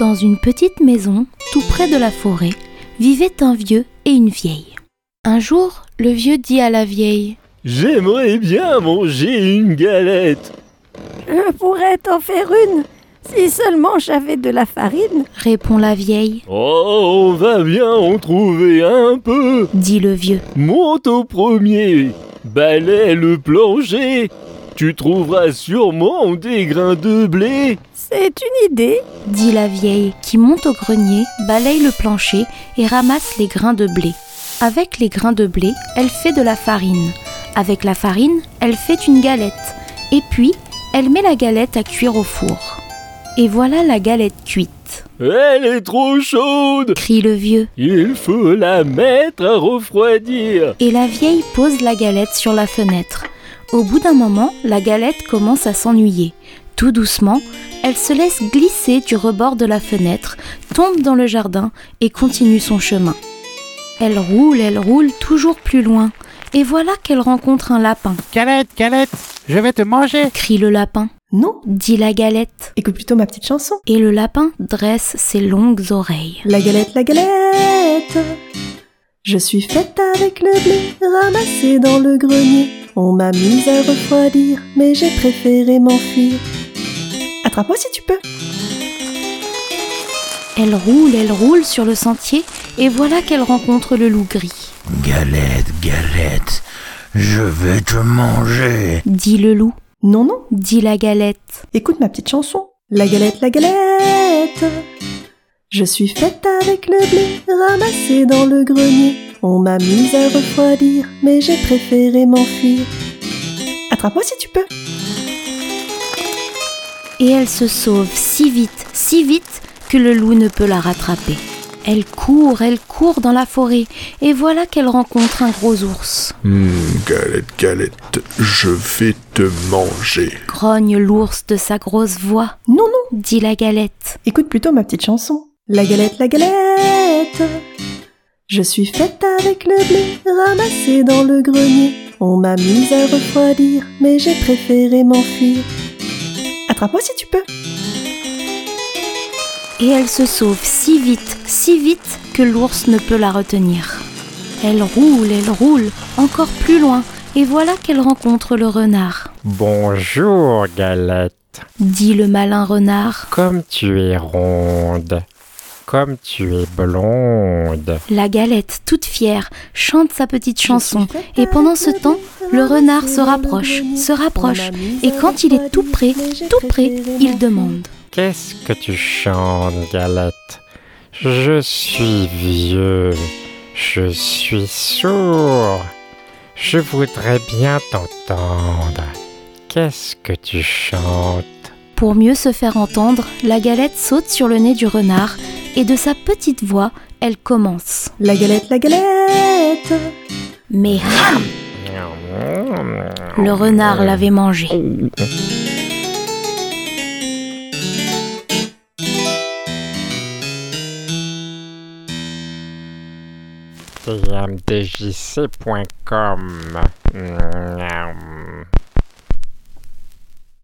Dans une petite maison, tout près de la forêt, vivaient un vieux et une vieille. Un jour, le vieux dit à la vieille: « J'aimerais bien manger une galette. »« Je pourrais t'en faire une, si seulement j'avais de la farine. » répond la vieille. « Oh, on va bien en trouver un peu, » dit le vieux. « Monte au premier, balaie le plancher. Tu trouveras sûrement des grains de blé. » « C'est une idée, » dit la vieille, qui monte au grenier, balaye le plancher et ramasse les grains de blé. Avec les grains de blé, elle fait de la farine. Avec la farine, elle fait une galette. Et puis, elle met la galette à cuire au four. Et voilà la galette cuite. « Elle est trop chaude !» crie le vieux. « Il faut la mettre à refroidir. » Et la vieille pose la galette sur la fenêtre. Au bout d'un moment, la galette commence à s'ennuyer. Tout doucement, elle se laisse glisser du rebord de la fenêtre, tombe dans le jardin et continue son chemin. Elle roule toujours plus loin. Et voilà qu'elle rencontre un lapin. « Galette, galette, je vais te manger !» crie le lapin. « Non !» dit la galette. « Écoute plutôt ma petite chanson. » Et le lapin dresse ses longues oreilles. « La galette, je suis faite avec le blé ramassé dans le grenier. On m'a mise à refroidir, mais j'ai préféré m'enfuir. Attrape-moi si tu peux. » Elle roule sur le sentier et voilà qu'elle rencontre le loup gris. « Galette, galette, je vais te manger !» dit le loup. « Non, non !» dit la galette. « Écoute ma petite chanson. La galette, je suis faite avec le blé ramassé dans le grenier. On m'a mise à refroidir, mais j'ai préféré m'enfuir. Attrape-moi si tu peux. » Et elle se sauve si vite que le loup ne peut la rattraper. Elle court dans la forêt et voilà qu'elle rencontre un gros ours. « Galette, galette, je vais te manger. » grogne l'ours de sa grosse voix. « Non, non !» dit la galette. « Écoute plutôt ma petite chanson. La galette, je suis faite avec le blé ramassé dans le grenier. On m'a mise à refroidir, mais j'ai préféré m'enfuir. Attrape-moi si tu peux. » Et elle se sauve si vite que l'ours ne peut la retenir. Elle roule encore plus loin et voilà qu'elle rencontre le renard. « Bonjour, galette, » dit le malin renard. « Comme tu es ronde, comme tu es blonde. » La galette, toute fière, chante sa petite chanson et pendant ce temps, le renard se rapproche et quand il est tout près, il demande: « Qu'est-ce que tu chantes, galette? Je suis vieux, je suis sourd, je voudrais bien t'entendre. Qu'est-ce que tu chantes? » Pour mieux se faire entendre, la galette saute sur le nez du renard et de sa petite voix, elle commence. « La galette, Mais le renard l'avait mangé. tmdjc.com